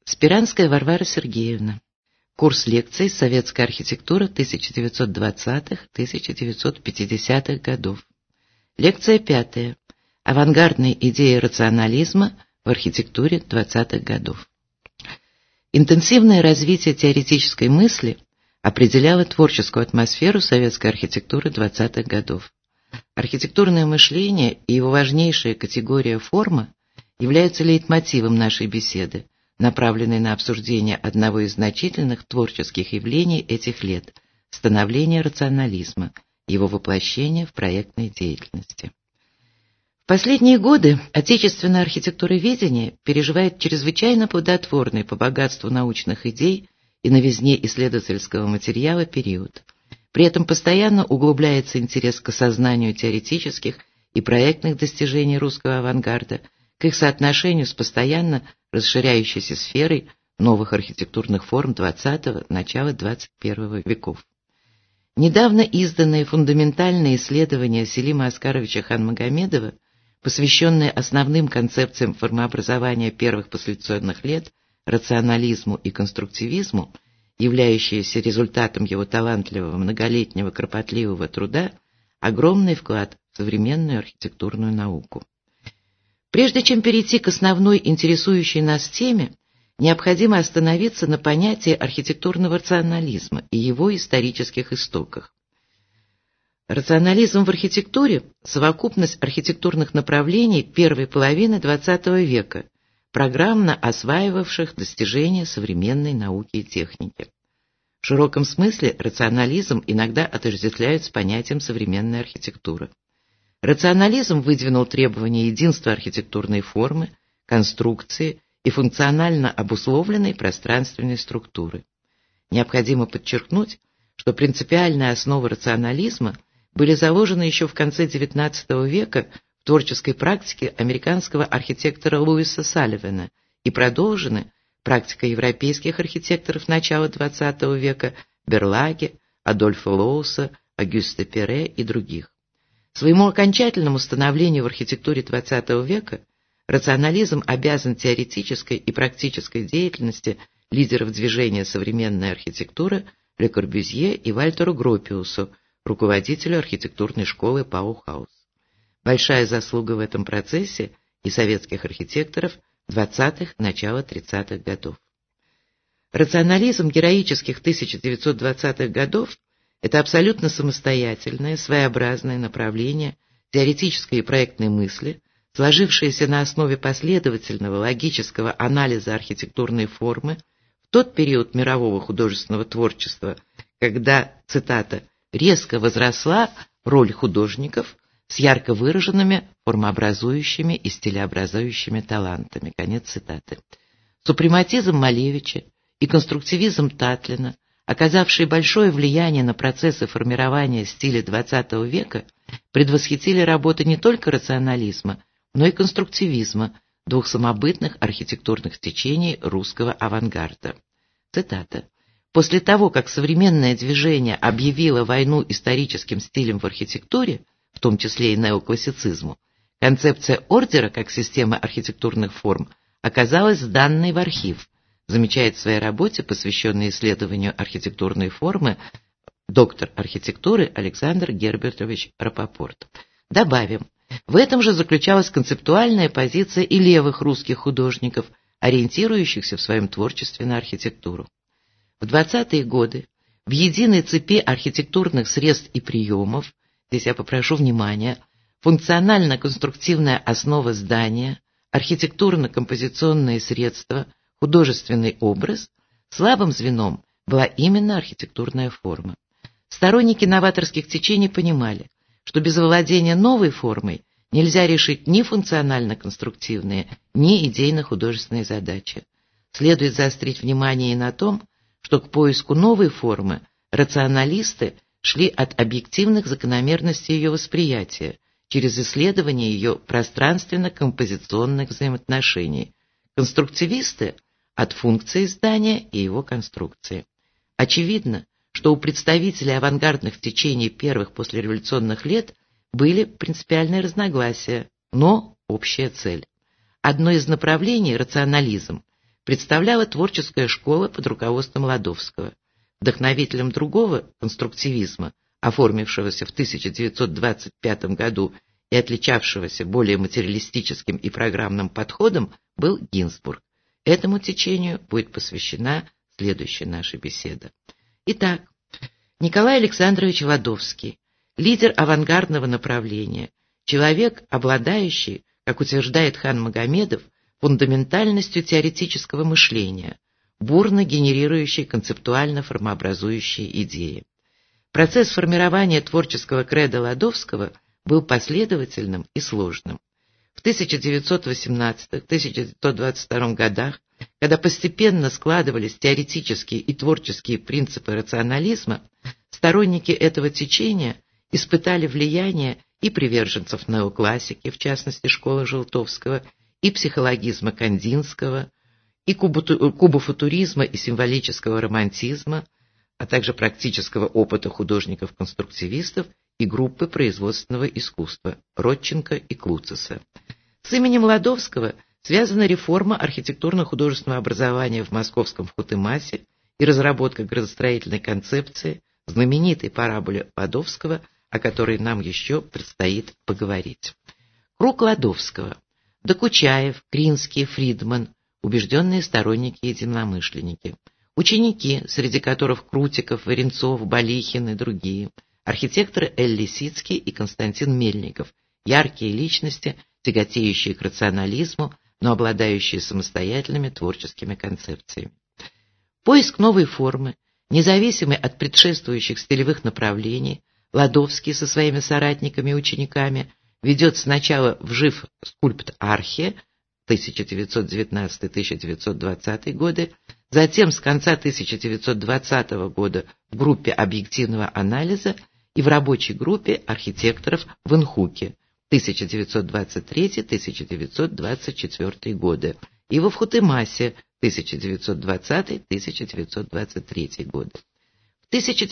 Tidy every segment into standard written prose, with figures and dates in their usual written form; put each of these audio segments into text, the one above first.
Спиранская Варвара Сергеевна. Курс лекций «Советская архитектура 1920-1950-х годов». Лекция 5. Авангардные идеи рационализма в архитектуре 20-х годов. Интенсивное развитие теоретической мысли определяло творческую атмосферу советской архитектуры 20-х годов. Архитектурное мышление и его важнейшая категория форма являются лейтмотивом нашей беседы, направленной на обсуждение одного из значительных творческих явлений этих лет – становления рационализма, его воплощения в проектной деятельности. В последние годы отечественное архитектуроведение переживает чрезвычайно плодотворный по богатству научных идей и новизне исследовательского материала период. При этом постоянно углубляется интерес к осознанию теоретических и проектных достижений русского авангарда, к их соотношению с постоянно расширяющейся сферой новых архитектурных форм XX – начала XXI веков. Недавно изданное фундаментальное исследование Селима Аскаровича Ханмагомедова, посвященное основным концепциям формообразования первых послереволюционных лет, рационализму и конструктивизму, являющееся результатом его талантливого, многолетнего, кропотливого труда, огромный вклад в современную архитектурную науку. Прежде чем перейти к основной интересующей нас теме, необходимо остановиться на понятии архитектурного рационализма и его исторических истоках. Рационализм в архитектуре – совокупность архитектурных направлений первой половины XX века, программно осваивавших достижения современной науки и техники. В широком смысле рационализм иногда отождествляют с понятием современной архитектуры. Рационализм выдвинул требования единства архитектурной формы, конструкции и функционально обусловленной пространственной структуры. Необходимо подчеркнуть, что принципиальные основы рационализма были заложены еще в конце XIX века в творческой практике американского архитектора Луиса Салливана и продолжены практикой европейских архитекторов начала XX века Берлаге, Адольфа Лоуса, Агюста Перре и других. Своему окончательному становлению в архитектуре XX века рационализм обязан теоретической и практической деятельности лидеров движения современной архитектуры Ле Корбюзье и Вальтеру Гропиусу, руководителю архитектурной школы Баухаус. Большая заслуга в этом процессе и советских архитекторов 20-х, начала 30-х годов. Рационализм героических 1920-х годов – это абсолютно самостоятельное, своеобразное направление теоретической и проектной мысли, сложившееся на основе последовательного логического анализа архитектурной формы в тот период мирового художественного творчества, когда, цитата, «резко возросла роль художников с ярко выраженными формообразующими и стилеобразующими талантами». Конец цитаты. Супрематизм Малевича и конструктивизм Татлина, оказавшие большое влияние на процессы формирования стиля XX века, предвосхитили работы не только рационализма, но и конструктивизма, двух самобытных архитектурных течений русского авангарда. Цитата. «После того, как современное движение объявило войну историческим стилям в архитектуре, в том числе и неоклассицизму, концепция ордера как система архитектурных форм оказалась сданной в архив», замечает в своей работе, посвященной исследованию архитектурной формы, доктор архитектуры Александр Гербертович Рапопорт. Добавим, в этом же заключалась концептуальная позиция и левых русских художников, ориентирующихся в своем творчестве на архитектуру. В 20-е годы в единой цепи архитектурных средств и приемов, здесь я попрошу внимания, функционально-конструктивная основа здания, архитектурно-композиционные средства, художественный образ, слабым звеном была именно архитектурная форма. Сторонники новаторских течений понимали, что без владения новой формой нельзя решить ни функционально-конструктивные, ни идейно-художественные задачи. Следует заострить внимание и на том, что к поиску новой формы рационалисты шли от объективных закономерностей ее восприятия, через исследование ее пространственно-композиционных взаимоотношений. Конструктивисты – от функции здания и его конструкции. Очевидно, что у представителей авангардных течений первых послереволюционных лет были принципиальные разногласия, но общая цель. Одно из направлений, рационализм, представляла творческая школа под руководством Ладовского. Вдохновителем другого конструктивизма, оформившегося в 1925 году и отличавшегося более материалистическим и программным подходом, был Гинзбург. Этому течению будет посвящена следующая наша беседа. Итак, Николай Александрович Ладовский, лидер авангардного направления, человек, обладающий, как утверждает хан Магомедов, фундаментальностью теоретического мышления, бурно генерирующий концептуально формообразующие идеи. Процесс формирования творческого кредо Ладовского был последовательным и сложным. В 1918-1922 годах, когда постепенно складывались теоретические и творческие принципы рационализма, сторонники этого течения испытали влияние и приверженцев неоклассики, в частности школы Желтовского, и психологизма Кандинского, и кубофутуризма и символического романтизма, а также практического опыта художников-конструктивистов и группы производственного искусства Родченко и Клуцеса. С именем Ладовского связана реформа архитектурно-художественного образования в московском Вхутымасе и разработка градостроительной концепции, знаменитой параболе Ладовского, о которой нам еще предстоит поговорить. Круг Ладовского. Докучаев, Кринский, Фридман, убежденные сторонники и единомышленники. Ученики, среди которых Крутиков, Варенцов, Балихин и другие. Архитекторы Л. Лисицкий и Константин Мельников. Яркие личности, тяготеющие к рационализму, но обладающие самостоятельными творческими концепциями. Поиск новой формы, независимый от предшествующих стилевых направлений, Ладовский со своими соратниками и учениками ведет сначала в жив скульпт Архе 1919-1920 годы, затем с конца 1920 года в группе объективного анализа и в рабочей группе архитекторов в Инхуке 1923-1924 годы и во Вхутымасе 1920-1923 годы. В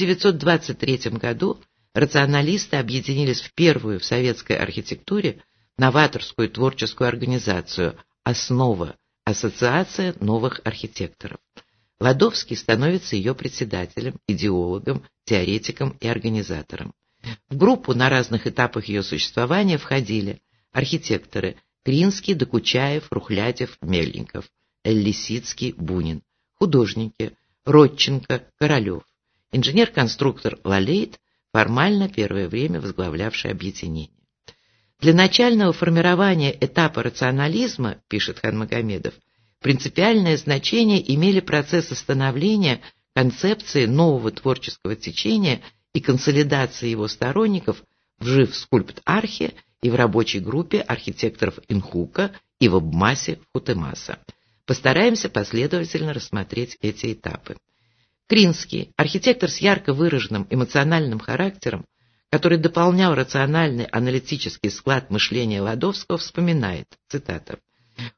1923 году рационалисты объединились в первую в советской архитектуре новаторскую творческую организацию «Основа» – Ассоциация новых архитекторов. Ладовский становится ее председателем, идеологом, теоретиком и организатором. В группу на разных этапах ее существования входили архитекторы Кринский, Докучаев, Рухлядев, Мельников, Л. Лисицкий, Бунин, художники Родченко, Королев, инженер-конструктор Лалейт, формально первое время возглавлявший объединение. Для начального формирования этапа рационализма, пишет хан Магомедов, принципиальное значение имели процессы становления концепции нового творческого течения и консолидации его сторонников в жив скульпт Архе и в рабочей группе архитекторов Инхука и в обмасе Вхутымаса. Постараемся последовательно рассмотреть эти этапы. Кринский, архитектор с ярко выраженным эмоциональным характером, который дополнял рациональный аналитический склад мышления Ладовского, вспоминает, цитата, «В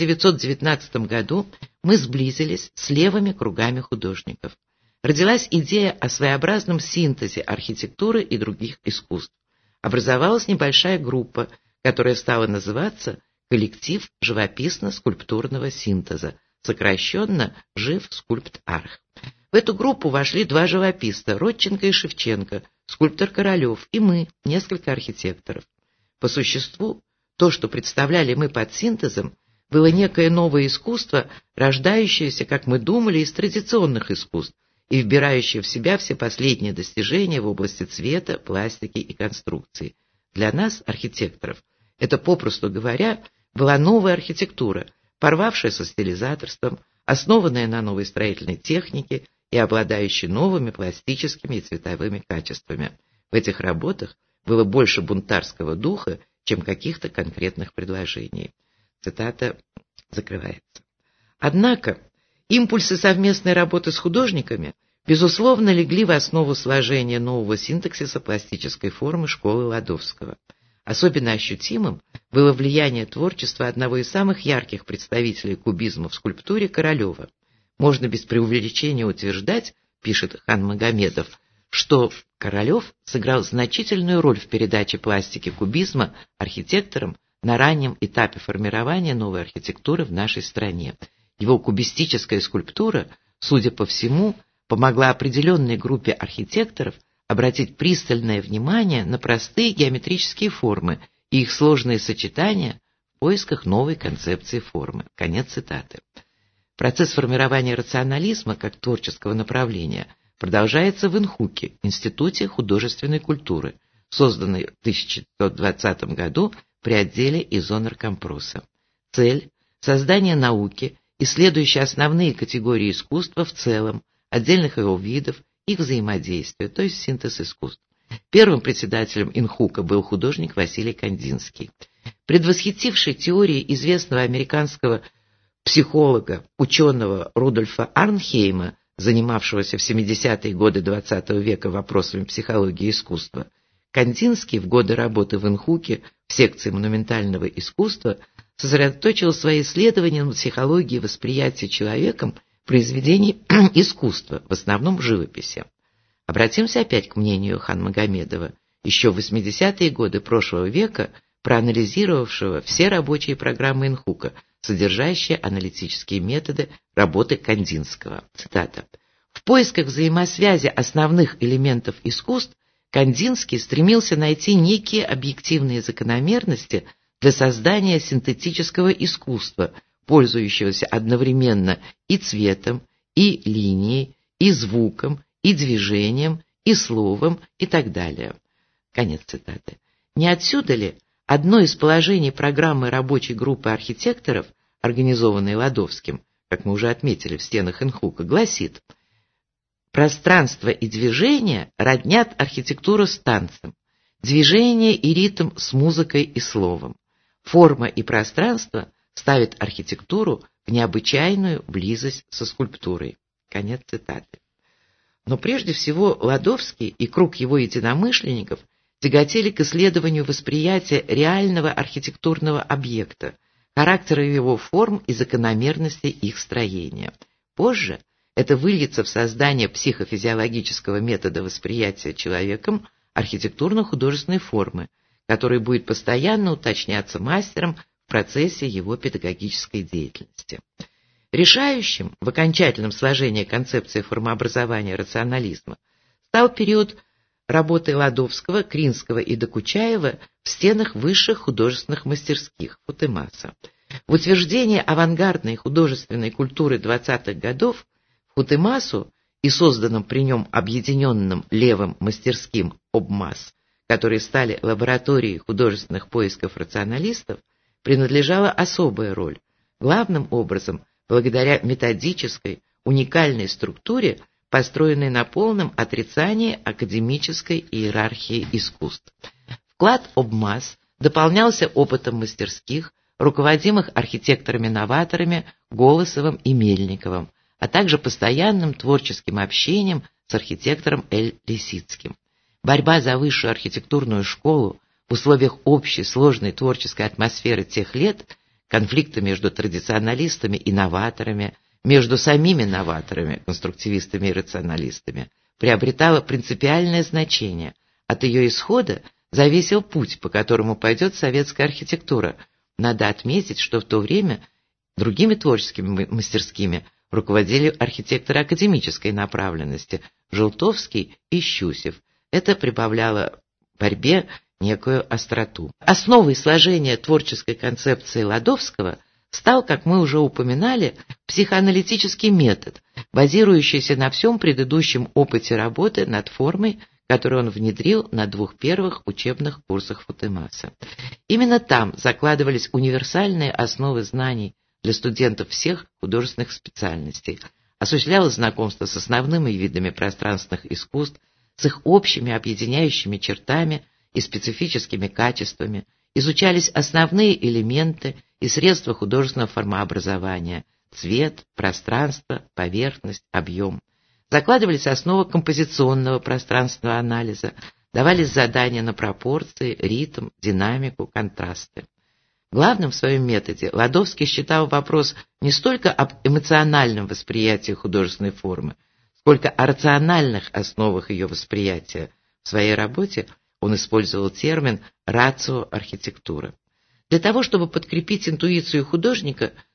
1919 году мы сблизились с левыми кругами художников. Родилась идея о своеобразном синтезе архитектуры и других искусств. Образовалась небольшая группа, которая стала называться «Коллектив живописно-скульптурного синтеза», сокращенно «Жив скульпт Арх». В эту группу вошли два живописца, Родченко и Шевченко, скульптор Королев и мы, несколько архитекторов. По существу, то, что представляли мы под синтезом, было некое новое искусство, рождающееся, как мы думали, из традиционных искусств и вбирающее в себя все последние достижения в области цвета, пластики и конструкции. Для нас, архитекторов, это, попросту говоря, была новая архитектура, порвавшая со стилизаторством, основанная на новой строительной технике и обладающая новыми пластическими и цветовыми качествами. В этих работах было больше бунтарского духа, чем каких-то конкретных предложений. Цитата закрывается. Однако импульсы совместной работы с художниками, безусловно, легли в основу сложения нового синтаксиса пластической формы школы Ладовского. Особенно ощутимым было влияние творчества одного из самых ярких представителей кубизма в скульптуре Королева. Можно без преувеличения утверждать, пишет хан Магомедов, что Королев сыграл значительную роль в передаче пластики кубизма архитекторам на раннем этапе формирования новой архитектуры в нашей стране. Его кубистическая скульптура, судя по всему, помогла определенной группе архитекторов обратить пристальное внимание на простые геометрические формы и их сложные сочетания в поисках новой концепции формы. Конец цитаты. Процесс формирования рационализма как творческого направления продолжается в Инхуке, Институте художественной культуры, созданный в 1920 году при отделе Изонаркомпроса. Цель – создание науки, исследующей основные категории искусства в целом, отдельных его видов, их взаимодействия, то есть синтез искусств. Первым председателем Инхука был художник Василий Кандинский. Предвосхитивший теории известного американского психолога, ученого Рудольфа Арнхейма, занимавшегося в 70-е годы XX века вопросами психологии искусства, Кандинский в годы работы в Инхуке в секции монументального искусства сосредоточил свои исследования на психологии восприятия человеком произведений искусства, в основном в живописи. Обратимся опять к мнению Ханмагомедова, еще в 80-е годы прошлого века проанализировавшего все рабочие программы Инхука, содержащие аналитические методы работы Кандинского. Цитата. «В поисках взаимосвязи основных элементов искусств Кандинский стремился найти некие объективные закономерности для создания синтетического искусства, пользующегося одновременно и цветом, и линией, и звуком, и движением, и словом, и так далее». Конец цитаты. Не отсюда ли одно из положений программы рабочей группы архитекторов, организованной Ладовским, как мы уже отметили в стенах Инхука, гласит: «Пространство и движение роднят архитектуру с танцем, движение и ритм с музыкой и словом. Форма и пространство ставят архитектуру в необычайную близость со скульптурой». Конец цитаты. Но прежде всего Ладовский и круг его единомышленников тяготели к исследованию восприятия реального архитектурного объекта, характера его форм и закономерностей их строения. Позже это выльется в создание психофизиологического метода восприятия человеком архитектурно-художественной формы, который будет постоянно уточняться мастером в процессе его педагогической деятельности. Решающим в окончательном сложении концепции формообразования рационализма стал период работы Ладовского, Кринского и Докучаева в стенах высших художественных мастерских Футемаса. В утверждении авангардной художественной культуры 20-х годов Футемасу и созданным при нем объединенным левым мастерским ОБМАС, которые стали лабораторией художественных поисков рационалистов, принадлежала особая роль, главным образом благодаря методической, уникальной структуре, построенной на полном отрицании академической иерархии искусств. Вклад ОБМАС дополнялся опытом мастерских, руководимых архитекторами-новаторами Голосовым и Мельниковым, а также постоянным творческим общением с архитектором Л. Лисицким. Борьба за высшую архитектурную школу в условиях общей сложной творческой атмосферы тех лет, конфликта между традиционалистами и новаторами, между самими новаторами, конструктивистами и рационалистами, приобретала принципиальное значение. От ее исхода зависел путь, по которому пойдет советская архитектура. Надо отметить, что в то время другими творческими мастерскими руководили архитекторы академической направленности Желтовский и Щусев. Это прибавляло борьбе некую остроту. Основой сложения творческой концепции Ладовского стал, как мы уже упоминали, психоаналитический метод, базирующийся на всем предыдущем опыте работы над формой, которую он внедрил на 2 первых учебных курсах Футемаса. Именно там закладывались универсальные основы знаний для студентов всех художественных специальностей, осуществлялось знакомство с основными видами пространственных искусств, с их общими объединяющими чертами и специфическими качествами, изучались основные элементы и средства художественного формообразования – цвет, пространство, поверхность, объем. Закладывались основы композиционного пространственного анализа, давались задания на пропорции, ритм, динамику, контрасты. Главным в своем методе Ладовский считал вопрос не столько об эмоциональном восприятии художественной формы, сколько о рациональных основах ее восприятия. В своей работе он использовал термин «рацио архитектуры». Для того, чтобы подкрепить интуицию художника,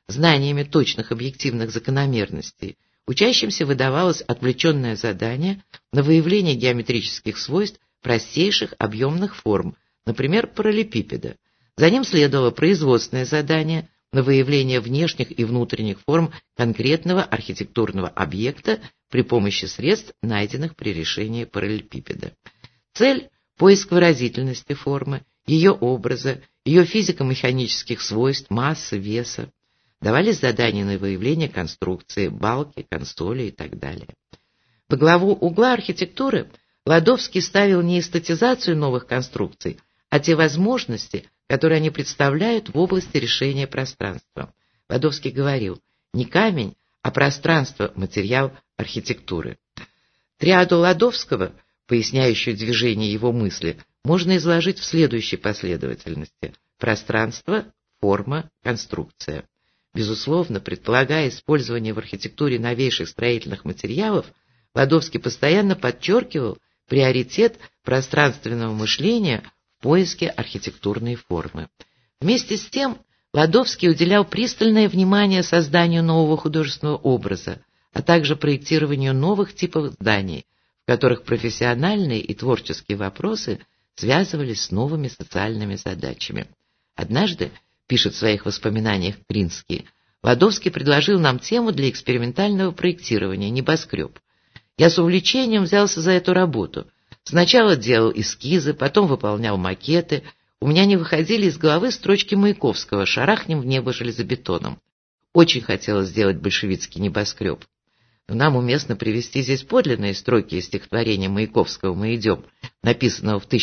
знаниями точных объективных закономерностей, учащимся выдавалось отвлеченное задание на выявление геометрических свойств простейших объемных форм, например, параллелепипеда. За ним следовало производственное задание на выявление внешних и внутренних форм конкретного архитектурного объекта при помощи средств, найденных при решении параллелепипеда. Цель – поиск выразительности формы, ее образа, ее физико-механических свойств, массы, веса. Давались задания на выявление конструкции, балки, консоли и так далее. Во главу угла архитектуры Ладовский ставил не эстетизацию новых конструкций, а те возможности, которые они представляют в области решения пространства. Ладовский говорил: не камень, а пространство – материал архитектуры. Триаду Ладовского, поясняющую движение его мысли, можно изложить в следующей последовательности: пространство, форма, конструкция. Безусловно, предполагая использование в архитектуре новейших строительных материалов, Ладовский постоянно подчеркивал приоритет пространственного мышления в поиске архитектурной формы. Вместе с тем, Ладовский уделял пристальное внимание созданию нового художественного образа, а также проектированию новых типов зданий, в которых профессиональные и творческие вопросы связывались с новыми социальными задачами. Однажды, пишет в своих воспоминаниях Кринский, Ладовский предложил нам тему для экспериментального проектирования «Небоскреб». Я с увлечением взялся за эту работу. Сначала делал эскизы, потом выполнял макеты. У меня не выходили из головы строчки Маяковского «Шарахнем в небо железобетоном». Очень хотелось сделать большевистский небоскреб. Но нам уместно привести здесь подлинные строки из стихотворения Маяковского «Мы идем», написанного в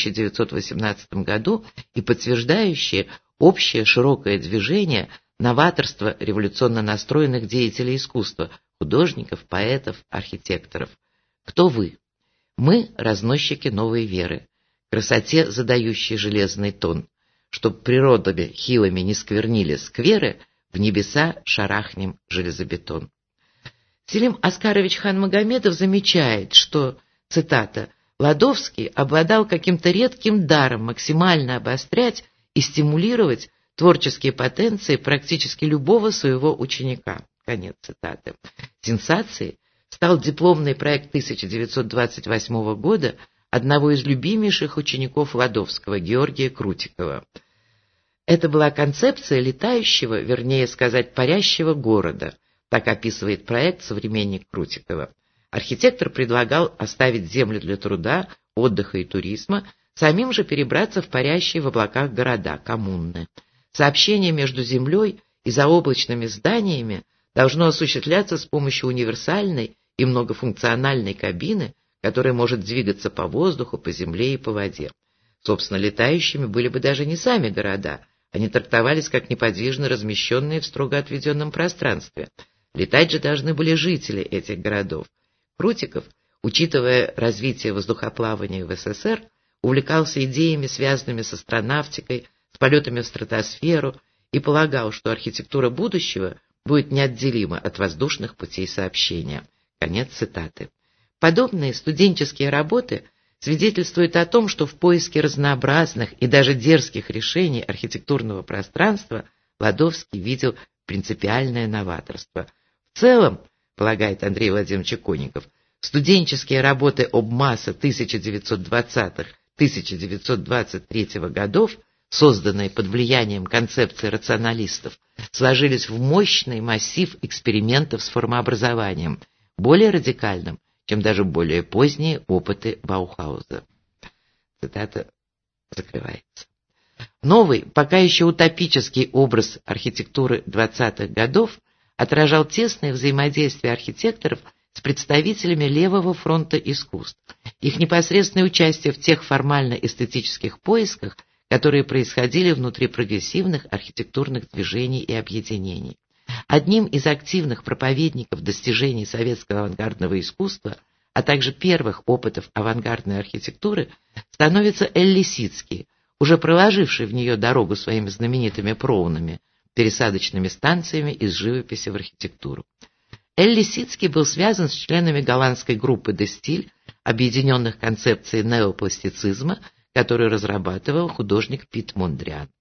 1918 году и подтверждающие общее широкое движение новаторства революционно настроенных деятелей искусства, художников, поэтов, архитекторов. Кто вы? Мы – разносчики новой веры, красоте задающие железный тон. Чтоб природами хилыми не сквернили скверы, в небеса шарахнем железобетон. Селим Оскарович Ханмагомедов замечает, что, цитата, «Ладовский обладал каким-то редким даром максимально обострять и стимулировать творческие потенции практически любого своего ученика». Конец цитаты. Сенсацией стал дипломный проект 1928 года одного из любимейших учеников Ладовского, Георгия Крутикова. Это была концепция летающего, вернее сказать, парящего города. Так описывает проект современник Крутикова. Архитектор предлагал оставить землю для труда, отдыха и туризма, самим же перебраться в парящие в облаках города, коммуны. Сообщение между землей и заоблачными зданиями должно осуществляться с помощью универсальной и многофункциональной кабины, которая может двигаться по воздуху, по земле и по воде. Собственно, летающими были бы даже не сами города, они трактовались как неподвижно размещенные в строго отведенном пространстве. Летать же должны были жители этих городов. Крутиков, учитывая развитие воздухоплавания в СССР, увлекался идеями, связанными с астронавтикой, с полетами в стратосферу, и полагал, что архитектура будущего будет неотделима от воздушных путей сообщения. Конец цитаты. Подобные студенческие работы свидетельствуют о том, что в поиске разнообразных и даже дерзких решений архитектурного пространства Ладовский видел принципиальное новаторство. В целом, полагает Андрей Владимирович Иконников, студенческие работы Обмаса 1920-1923 годов, созданные под влиянием концепции рационалистов, сложились в мощный массив экспериментов с формообразованием, более радикальным, чем даже более поздние опыты Баухауза. Цитата закрывается. Новый, пока еще утопический образ архитектуры 20-х годов отражал тесное взаимодействие архитекторов с представителями левого фронта искусств, их непосредственное участие в тех формально-эстетических поисках, которые происходили внутри прогрессивных архитектурных движений и объединений. Одним из активных проповедников достижений советского авангардного искусства, а также первых опытов авангардной архитектуры, становится Эль Лисицкий, уже проложивший в нее дорогу своими знаменитыми проунами, пересадочными станциями из живописи в архитектуру. Эль Лисицкий был связан с членами голландской группы «Де Стиль», объединенных концепцией неопластицизма, которую разрабатывал художник Пит Мондриан.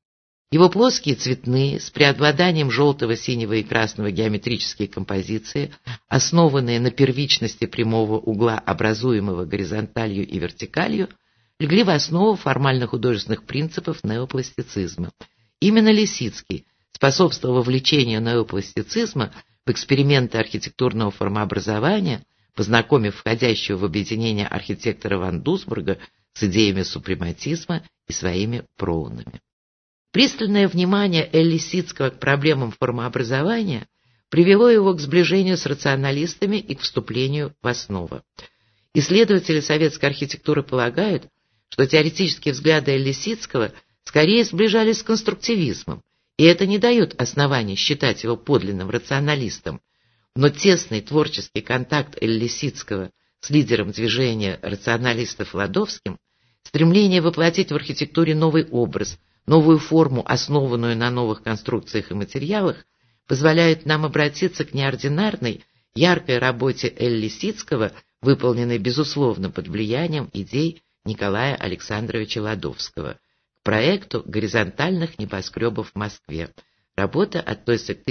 Его плоские цветные, с преобладанием желтого, синего и красного геометрические композиции, основанные на первичности прямого угла, образуемого горизонталью и вертикалью, легли в основу формально-художественных принципов неопластицизма. Именно Лисицкий способствовал вовлечению неопластицизма в эксперименты архитектурного формообразования, познакомив входящего в объединение архитектора Ван Дусбурга с идеями супрематизма и своими проунами. Пристальное внимание Лисицкого к проблемам формообразования привело его к сближению с рационалистами и к вступлению в основу. Исследователи советской архитектуры полагают, что теоретические взгляды Лисицкого скорее сближались с конструктивизмом, и это не дает оснований считать его подлинным рационалистом, но тесный творческий контакт Лисицкого с лидером движения рационалистов Ладовским, стремление воплотить в архитектуре новый образ, новую форму, основанную на новых конструкциях и материалах, позволяет нам обратиться к неординарной, яркой работе Лисицкого, выполненной, безусловно, под влиянием идей Николая Александровича Ладовского, к проекту горизонтальных небоскребов в Москве. Работа относится к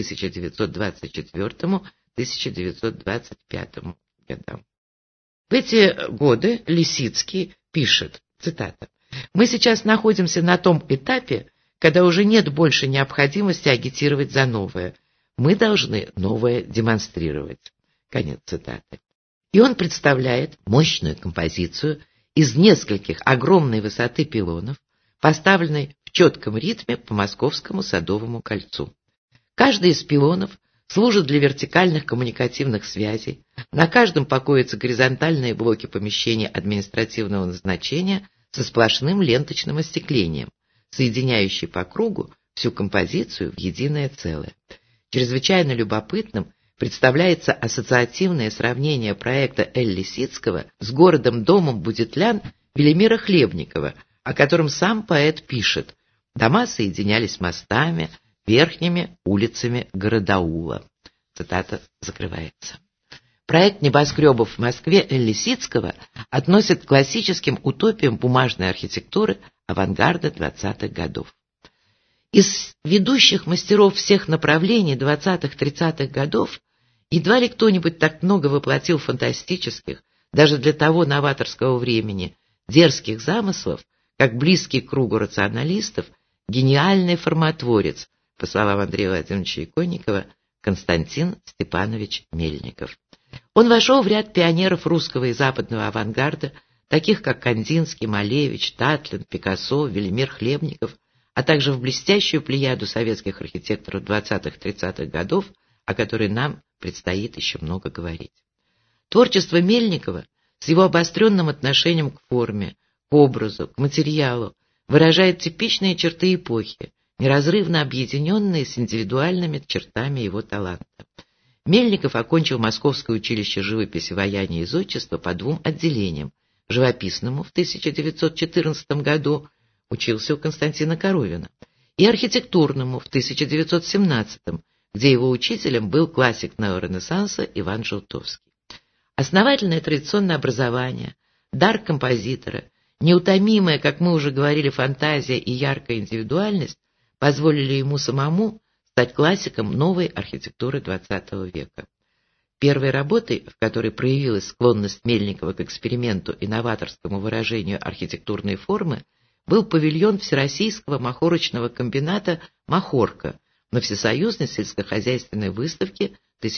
1924-1925 годам. В эти годы Лисицкий пишет, цитата, «Мы сейчас находимся на том этапе, когда уже нет больше необходимости агитировать за новое. Мы должны новое демонстрировать». Конец цитаты. И он представляет мощную композицию из нескольких огромной высоты пилонов, поставленной в четком ритме по Московскому Садовому кольцу. Каждый из пилонов служит для вертикальных коммуникативных связей, на каждом покоятся горизонтальные блоки помещений административного назначения со сплошным ленточным остеклением, соединяющий по кругу всю композицию в единое целое. Чрезвычайно любопытным представляется ассоциативное сравнение проекта Лисицкого с городом-домом Будетлян Велимира Хлебникова, о котором сам поэт пишет: «Дома соединялись мостами, верхними улицами городаула». Цитата закрывается. Проект небоскребов в Москве Лисицкого относит к классическим утопиям бумажной архитектуры авангарда 20-х годов. Из ведущих мастеров всех направлений 20-30-х годов едва ли кто-нибудь так много воплотил фантастических, даже для того новаторского времени, дерзких замыслов, как близкий к кругу рационалистов гениальный формотворец, по словам Андрея Владимировича Иконникова, Константин Степанович Мельников. Он вошел в ряд пионеров русского и западного авангарда, таких как Кандинский, Малевич, Татлин, Пикассо, Велимир Хлебников, а также в блестящую плеяду советских архитекторов 20-30-х годов, о которой нам предстоит еще много говорить. Творчество Мельникова с его обостренным отношением к форме, к образу, к материалу выражает типичные черты эпохи, неразрывно объединенные с индивидуальными чертами его таланта. Мельников окончил Московское училище живописи, ваяния и зодчества по двум отделениям. Живописному в 1914 году учился у Константина Коровина, и архитектурному в 1917, где его учителем был классик неоренессанса Иван Желтовский. Основательное традиционное образование, дар композитора, неутомимая, как мы уже говорили, фантазия и яркая индивидуальность позволили ему самому стать классиком новой архитектуры XX века. Первой работой, в которой проявилась склонность Мельникова к эксперименту и новаторскому выражению архитектурной формы, был павильон Всероссийского махорочного комбината «Махорка» на Всесоюзной сельскохозяйственной выставке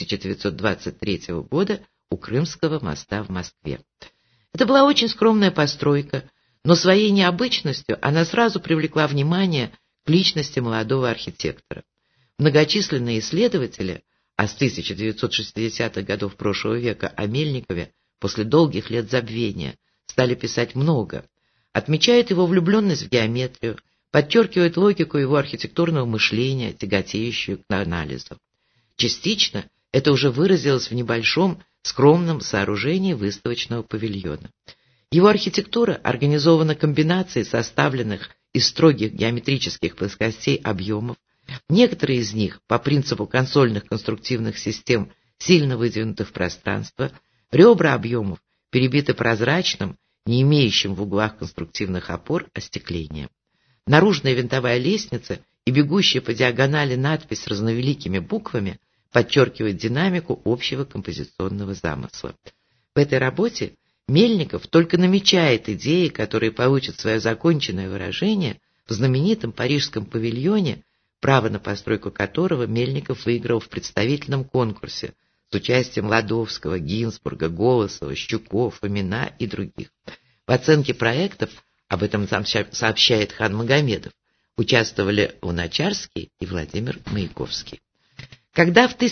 1923 года у Крымского моста в Москве. Это была очень скромная постройка, но своей необычностью она сразу привлекла внимание к личности молодого архитектора. Многочисленные исследователи, а с 1960-х годов прошлого века о Мельникове после долгих лет забвения стали писать много, отмечают его влюбленность в геометрию, подчеркивают логику его архитектурного мышления, тяготеющую к анализу. Частично это уже выразилось в небольшом, скромном сооружении выставочного павильона. Его архитектура организована комбинацией составленных из строгих геометрических плоскостей объемов, некоторые из них по принципу консольных конструктивных систем сильно выдвинуты в пространство, ребра объемов перебиты прозрачным, не имеющим в углах конструктивных опор остеклением. Наружная винтовая лестница и бегущая по диагонали надпись с разновеликими буквами подчеркивает динамику общего композиционного замысла. В этой работе Мельников только намечает идеи, которые получат свое законченное выражение в знаменитом парижском павильоне, право на постройку которого Мельников выиграл в представительном конкурсе с участием Ладовского, Гинзбурга, Голосова, Щуков, Фомина и других. В оценке проектов, об этом сообщает Хан Магомедов, участвовали Луначарский и Владимир Маяковский. Когда в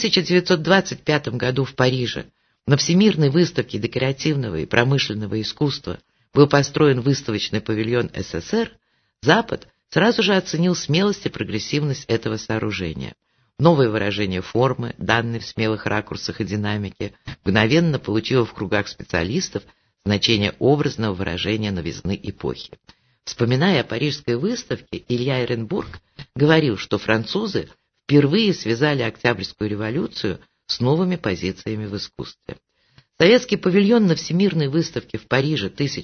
1925 году в Париже на Всемирной выставке декоративного и промышленного искусства был построен выставочный павильон СССР, Запад сразу же оценил смелость и прогрессивность этого сооружения. Новое выражение формы, данное в смелых ракурсах и динамике, мгновенно получило в кругах специалистов значение образного выражения новизны эпохи. Вспоминая о парижской выставке, Илья Эренбург говорил, что французы впервые связали Октябрьскую революцию с новыми позициями в искусстве. Советский павильон на Всемирной выставке в Париже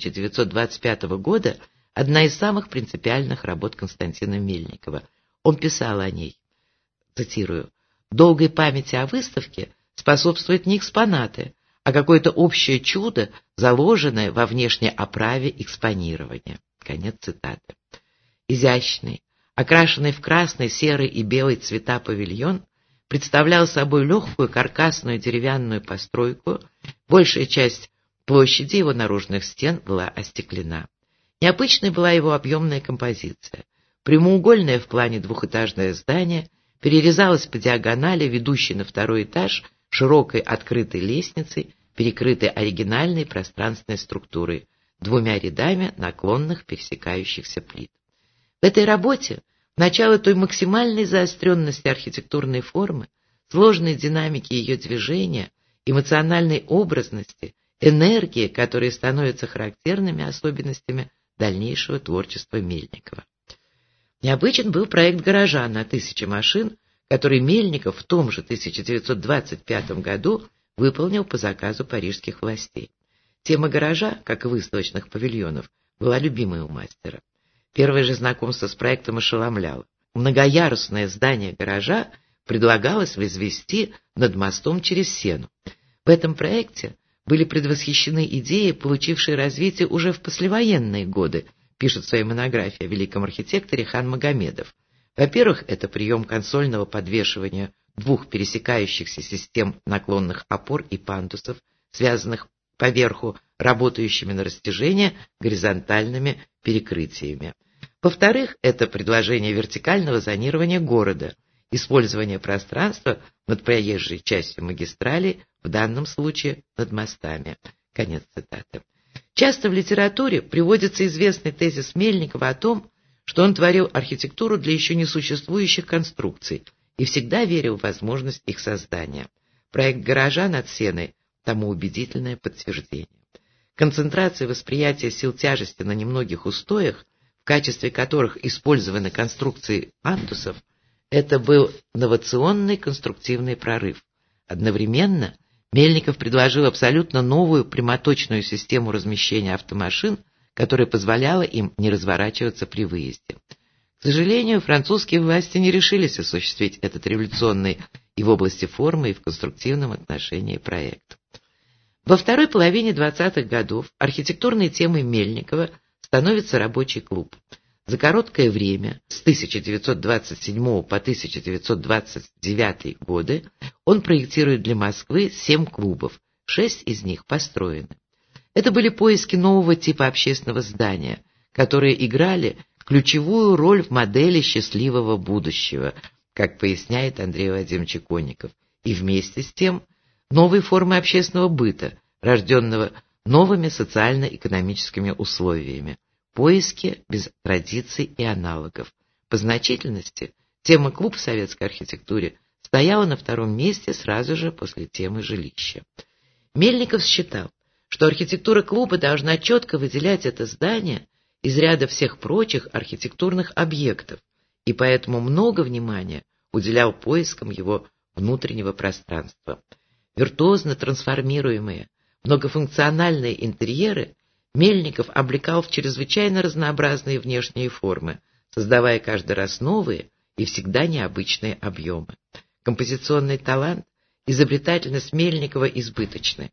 1925 года – одна из самых принципиальных работ Константина Мельникова. Он писал о ней, цитирую, «Долгой памяти о выставке способствуют не экспонаты, а какое-то общее чудо, заложенное во внешней оправе экспонирования». Конец цитаты. Изящный, окрашенный в красный, серый и белый цвета павильон представлял собой легкую каркасную деревянную постройку, большая часть площади его наружных стен была остеклена. Необычной была его объемная композиция. Прямоугольное в плане двухэтажное здание перерезалось по диагонали, ведущей на второй этаж, широкой открытой лестницей, перекрытой оригинальной пространственной структурой, двумя рядами наклонных пересекающихся плит. В этой работе начало той максимальной заостренности архитектурной формы, сложной динамики ее движения, эмоциональной образности, энергии, которые становятся характерными особенностями дальнейшего творчества Мельникова. Необычен был проект гаража на 1000 машин, который Мельников в том же 1925 году выполнил по заказу парижских властей. Тема гаража, как и выставочных павильонов, была любимой у мастера. Первое же знакомство с проектом ошеломляло. Многоярусное здание гаража предлагалось возвести над мостом через Сену. В этом проекте были предвосхищены идеи, получившие развитие уже в послевоенные годы, пишет в своей монографии о великом архитекторе Хан Магомедов. Во-первых, это прием консольного подвешивания двух пересекающихся систем наклонных опор и пандусов, связанных поверху работающими на растяжение горизонтальными перекрытиями. Во-вторых, это предложение вертикального зонирования города, использование пространства над проезжей частью магистрали, в данном случае над мостами. Конец цитаты. Часто в литературе приводится известный тезис Мельникова о том, что он творил архитектуру для еще не существующих конструкций и всегда верил в возможность их создания. Проект гаража над Сеной тому убедительное подтверждение. Концентрация восприятия сил тяжести на немногих устоях, в качестве которых использованы конструкции пандусов, это был инновационный конструктивный прорыв. Одновременно Мельников предложил абсолютно новую прямоточную систему размещения автомашин, которая позволяла им не разворачиваться при выезде. К сожалению, французские власти не решились осуществить этот революционный и в области формы, и в конструктивном отношении проект. Во второй половине 20-х годов архитектурной темой Мельникова становится рабочий клуб. За короткое время, с 1927 по 1929 годы, он проектирует для Москвы 7 клубов, 6 из них построены. Это были поиски нового типа общественного здания, которые играли ключевую роль в модели счастливого будущего, как поясняет Андрей Владимирович Иконников, и вместе с тем новой формы общественного быта, рожденного новыми социально-экономическими условиями, поиски без традиций и аналогов. По значительности тема клуб в советской архитектуре стояла на втором месте сразу же после темы жилища. Мельников считал, что архитектура клуба должна четко выделять это здание из ряда всех прочих архитектурных объектов, и поэтому много внимания уделял поискам его внутреннего пространства. Виртуозно трансформируемые, многофункциональные интерьеры Мельников облекал в чрезвычайно разнообразные внешние формы, создавая каждый раз новые и всегда необычные объемы. Композиционный талант, изобретательность Мельникова избыточны.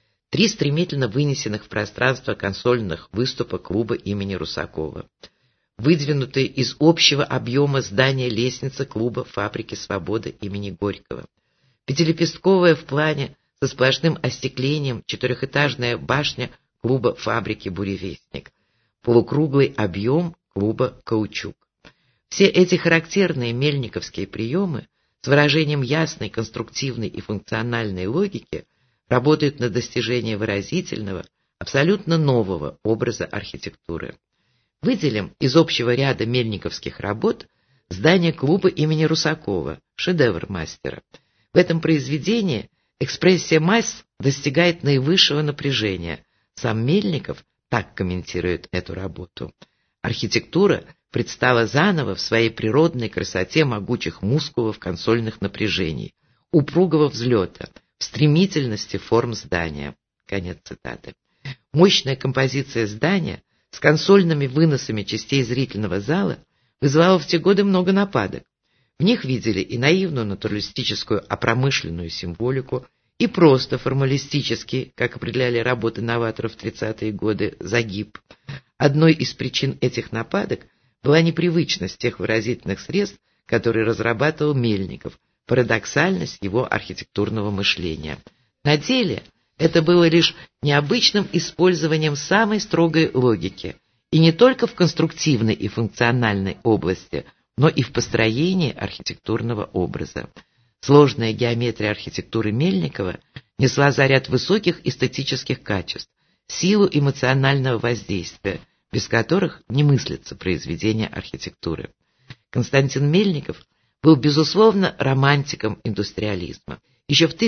3 стремительно вынесенных в пространство консольных выступа клуба имени Русакова. Выдвинутые из общего объема здания лестница клуба «Фабрики Свободы» имени Горького. 5-лепестковая в плане со сплошным остеклением 4-этажная башня клуба «Фабрики Буревестник». Полукруглый объем клуба «Каучук». Все эти характерные мельниковские приемы с выражением ясной, конструктивной и функциональной логики работают на достижение выразительного, абсолютно нового образа архитектуры. Выделим из общего ряда мельниковских работ здание клуба имени Русакова, шедевр мастера. В этом произведении экспрессия масс достигает наивысшего напряжения. Сам Мельников так комментирует эту работу. Архитектура предстала заново в своей природной красоте могучих мускулов консольных напряжений, упругого взлета, в стремительности форм здания. Конец цитаты. Мощная композиция здания с консольными выносами частей зрительного зала вызывала в те годы много нападок. В них видели и наивную натуралистическую, а промышленную символику, и просто формалистический, как определяли работы новаторов в 30-е годы, загиб. Одной из причин этих нападок была непривычность тех выразительных средств, которые разрабатывал Мельников, парадоксальность его архитектурного мышления. На деле это было лишь необычным использованием самой строгой логики, и не только в конструктивной и функциональной области, но и в построении архитектурного образа. Сложная геометрия архитектуры Мельникова несла заряд высоких эстетических качеств, силу эмоционального воздействия, без которых не мыслится произведение архитектуры. Константин Мельников был, безусловно, романтиком индустриализма. Еще в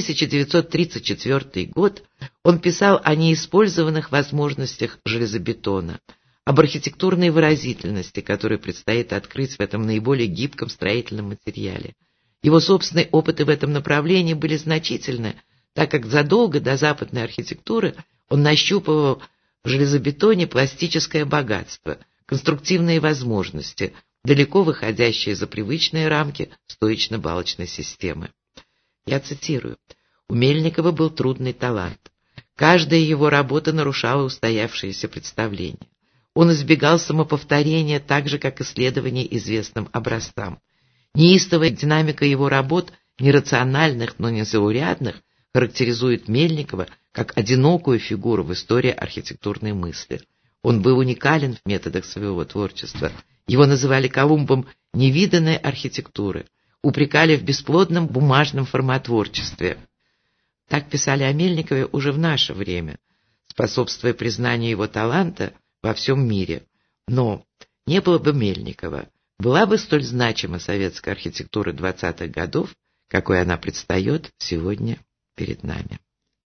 1934 год он писал о неиспользованных возможностях железобетона, об архитектурной выразительности, которую предстоит открыть в этом наиболее гибком строительном материале. Его собственные опыты в этом направлении были значительны, так как задолго до западной архитектуры он нащупывал в железобетоне пластическое богатство, конструктивные возможности, далеко выходящие за привычные рамки стоечно-балочной системы. Я цитирую: «У Мельникова был трудный талант. Каждая его работа нарушала устоявшиеся представления. Он избегал самоповторения так же, как исследования известным образцам. Неистовая динамика его работ, нерациональных, но незаурядных, характеризует Мельникова как одинокую фигуру в истории архитектурной мысли. Он был уникален в методах своего творчества. Его называли Колумбом невиданной архитектуры, упрекали в бесплодном бумажном формотворчестве». Так писали о Мельникове уже в наше время, способствуя признанию его таланта во всем мире. Но не было бы Мельникова, была бы столь значима советская архитектура 20-х годов, какой она предстает сегодня перед нами.